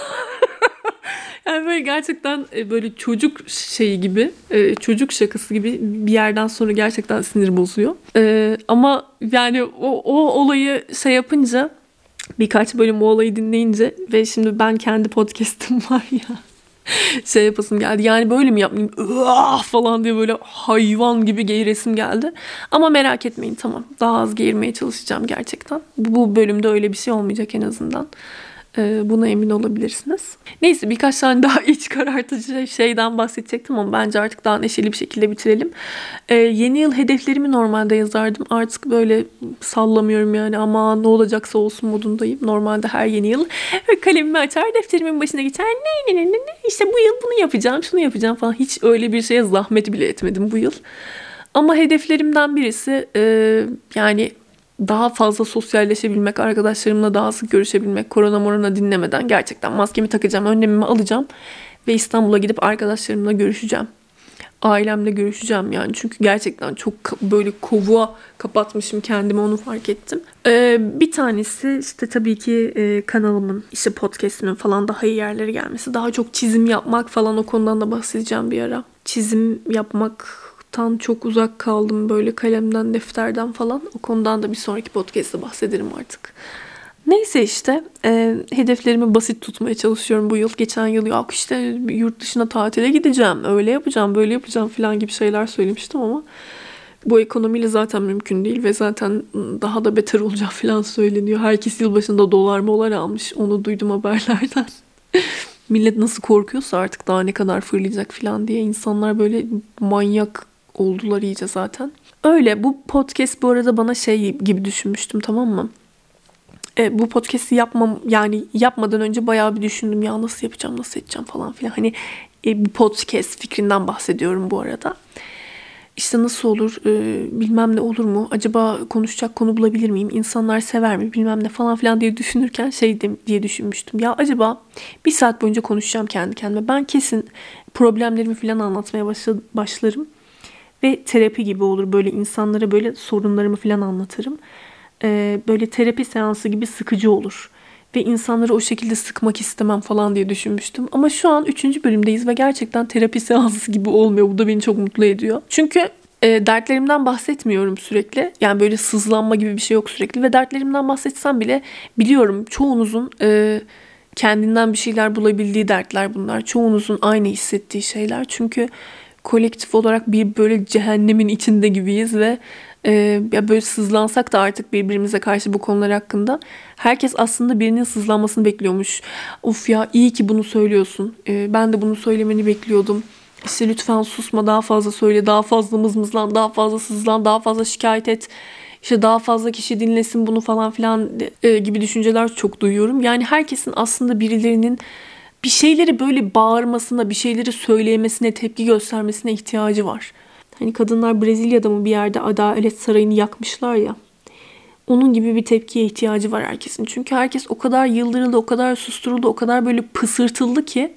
Yani böyle gerçekten böyle çocuk şeyi gibi, çocuk şakası gibi bir yerden sonra gerçekten sinir bozuyor. Ama yani o olayı şey yapınca, birkaç bölüm o olayı dinleyince ve şimdi ben kendi podcast'im var ya, şey yapasım geldi. Yani böyle mi yapmayayım falan diye böyle hayvan gibi geğiresim geldi. Ama merak etmeyin, tamam. Daha az geğirmeye çalışacağım gerçekten. Bu bölümde öyle bir şey olmayacak en azından. Buna emin olabilirsiniz. Neyse, birkaç tane daha iç karartıcı şeyden bahsedecektim ama bence artık daha neşeli bir şekilde bitirelim. Yeni yıl hedeflerimi normalde yazardım. Artık böyle sallamıyorum yani, ama ne olacaksa olsun modundayım. Normalde her yeni yıl kalemimi açar, defterimin başına geçer. Ne işte bu yıl bunu yapacağım, şunu yapacağım falan. Hiç öyle bir şeye zahmet bile etmedim bu yıl. Ama hedeflerimden birisi yani daha fazla sosyalleşebilmek, arkadaşlarımla daha sık görüşebilmek, korona dinlemeden gerçekten maskemi takacağım, önlemimi alacağım ve İstanbul'a gidip arkadaşlarımla görüşeceğim. Ailemle görüşeceğim yani, çünkü gerçekten çok böyle kovuğa kapatmışım kendimi, onu fark ettim. Bir tanesi işte tabii ki kanalımın, işte podcast'imin falan daha iyi yerlere gelmesi. Daha çok çizim yapmak falan, o konudan da bahsedeceğim bir ara. Çizim yapmaktan çok uzak kaldım, böyle kalemden, defterden falan. O konudan da bir sonraki podcast'ta bahsederim artık. Neyse işte hedeflerimi basit tutmaya çalışıyorum bu yıl. Geçen yıl yok işte yurt dışına tatile gideceğim, öyle yapacağım, böyle yapacağım falan gibi şeyler söylemiştim ama bu ekonomiyle zaten mümkün değil ve zaten daha da beter olacak falan söyleniyor. Herkes yılbaşında dolar almış, onu duydum haberlerden. Millet nasıl korkuyorsa artık daha ne kadar fırlayacak falan diye, insanlar böyle manyak oldular iyice zaten. Öyle, bu podcast bu arada bana şey gibi düşünmüştüm, tamam mı? Bu podcast'i yapmadan önce bayağı bir düşündüm. Ya nasıl yapacağım, nasıl edeceğim falan filan. Hani bu podcast fikrinden bahsediyorum bu arada. İşte nasıl olur, bilmem ne olur mu? Acaba konuşacak konu bulabilir miyim? İnsanlar sever mi? Bilmem ne falan filan diye düşünürken diye düşünmüştüm. Ya acaba bir saat boyunca konuşacağım kendi kendime. Ben kesin problemlerimi falan anlatmaya başlarım. Ve terapi gibi olur. Böyle insanlara böyle sorunlarımı falan anlatırım. Böyle terapi seansı gibi sıkıcı olur. Ve insanları o şekilde sıkmak istemem falan diye düşünmüştüm. Ama şu an 3. bölümdeyiz ve gerçekten terapi seansı gibi olmuyor. Bu da beni çok mutlu ediyor. Çünkü dertlerimden bahsetmiyorum sürekli. Yani böyle sızlanma gibi bir şey yok sürekli. Ve dertlerimden bahsetsem bile biliyorum çoğunuzun kendinden bir şeyler bulabildiği dertler bunlar. Çoğunuzun aynı hissettiği şeyler. Çünkü kolektif olarak bir böyle cehennemin içinde gibiyiz ve ya böyle sızlansak da artık birbirimize karşı bu konular hakkında herkes aslında birinin sızlanmasını bekliyormuş. Of ya iyi ki bunu söylüyorsun. Ben de bunu söylemeni bekliyordum. İşte lütfen susma, daha fazla söyle, daha fazla mızmızlan, daha fazla sızlan, daha fazla şikayet et. İşte daha fazla kişi dinlesin bunu falan filan gibi düşünceler çok duyuyorum. Yani herkesin aslında birilerinin bir şeyleri böyle bağırmasına, bir şeyleri söyleyemesine, tepki göstermesine ihtiyacı var. Hani kadınlar Brezilya'da mı bir yerde Adalet Sarayı'nı yakmışlar ya. Onun gibi bir tepkiye ihtiyacı var herkesin. Çünkü herkes o kadar yıldırıldı, o kadar susturuldu, o kadar böyle pısırtıldı ki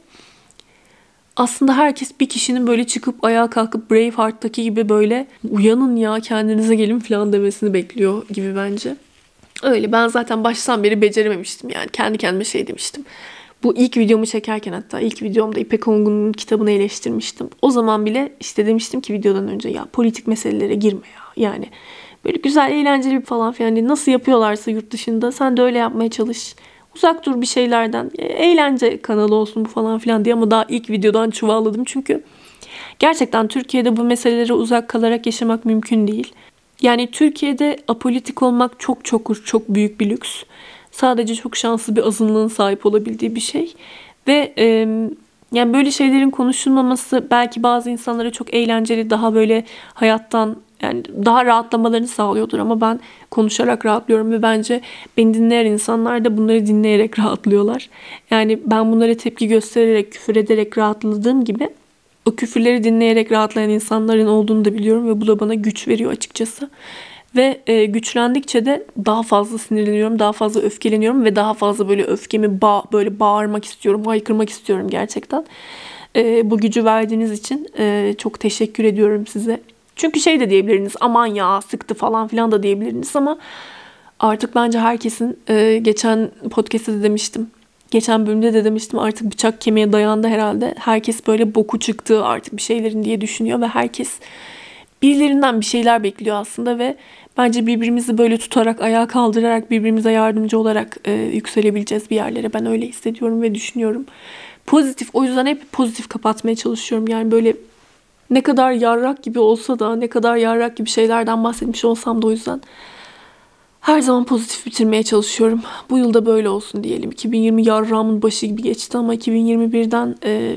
aslında herkes bir kişinin böyle çıkıp ayağa kalkıp Braveheart'taki gibi böyle uyanın ya kendinize gelin falan demesini bekliyor gibi bence. Öyle ben zaten baştan beri becerememiştim yani kendi kendime şey demiştim. Bu ilk videomu çekerken hatta ilk videomda İpek Ongun'un kitabını eleştirmiştim. O zaman bile işte demiştim ki videodan önce ya politik meselelere girme ya. Yani böyle güzel eğlenceli falan filan yani nasıl yapıyorlarsa yurt dışında sen de öyle yapmaya çalış. Uzak dur bir şeylerden. Eğlence kanalı olsun bu falan filan diye ama daha ilk videodan çuvalladım. Çünkü gerçekten Türkiye'de bu meselelere uzak kalarak yaşamak mümkün değil. Yani Türkiye'de apolitik olmak çok büyük bir lüks. Sadece çok şanslı bir azınlığın sahip olabildiği bir şey. Ve yani böyle şeylerin konuşulmaması belki bazı insanlara çok eğlenceli, daha böyle hayattan yani daha rahatlamalarını sağlıyordur ama ben konuşarak rahatlıyorum ve bence beni dinleyen insanlar da bunları dinleyerek rahatlıyorlar. Yani ben bunlara tepki göstererek, küfür ederek rahatladığım gibi o küfürleri dinleyerek rahatlayan insanların olduğunu da biliyorum ve bu da bana güç veriyor açıkçası. Ve güçlendikçe de daha fazla sinirleniyorum, daha fazla öfkeleniyorum ve daha fazla böyle öfkemi böyle bağırmak istiyorum, haykırmak istiyorum gerçekten. Bu gücü verdiğiniz için çok teşekkür ediyorum size. Çünkü şey de diyebilirsiniz, aman ya sıktı falan filan da diyebilirsiniz ama artık bence herkesin geçen podcast'te de demiştim. Geçen bölümde de demiştim artık bıçak kemiğe dayandı herhalde. Herkes böyle boku çıktı artık bir şeylerin diye düşünüyor ve herkes birilerinden bir şeyler bekliyor aslında ve bence birbirimizi böyle tutarak, ayağa kaldırarak, birbirimize yardımcı olarak yükselebileceğiz bir yerlere. Ben öyle hissediyorum ve düşünüyorum. Pozitif, o yüzden hep pozitif kapatmaya çalışıyorum. Yani böyle ne kadar yarrak gibi olsa da, ne kadar yarrak gibi şeylerden bahsetmiş olsam da o yüzden her zaman pozitif bitirmeye çalışıyorum. Bu yılda böyle olsun diyelim. 2020 yarrağımın başı gibi geçti ama 2021'den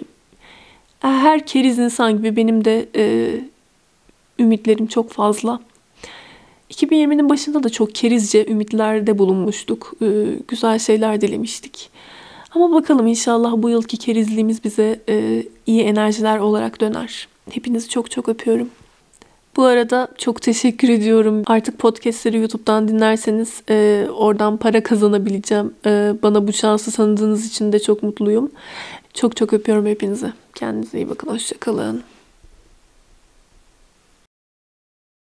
her keriz insan gibi benim de ümitlerim çok fazla. 2020'nin başında da çok kerizce ümitlerde bulunmuştuk. Güzel şeyler dilemiştik. Ama bakalım inşallah bu yılki kerizliğimiz bize iyi enerjiler olarak döner. Hepinizi çok öpüyorum. Bu arada çok teşekkür ediyorum. Artık podcastleri YouTube'dan dinlerseniz oradan para kazanabileceğim. Bana bu şansı tanıdığınız için de çok mutluyum. Çok öpüyorum hepinizi. Kendinize iyi bakın. Hoşça kalın.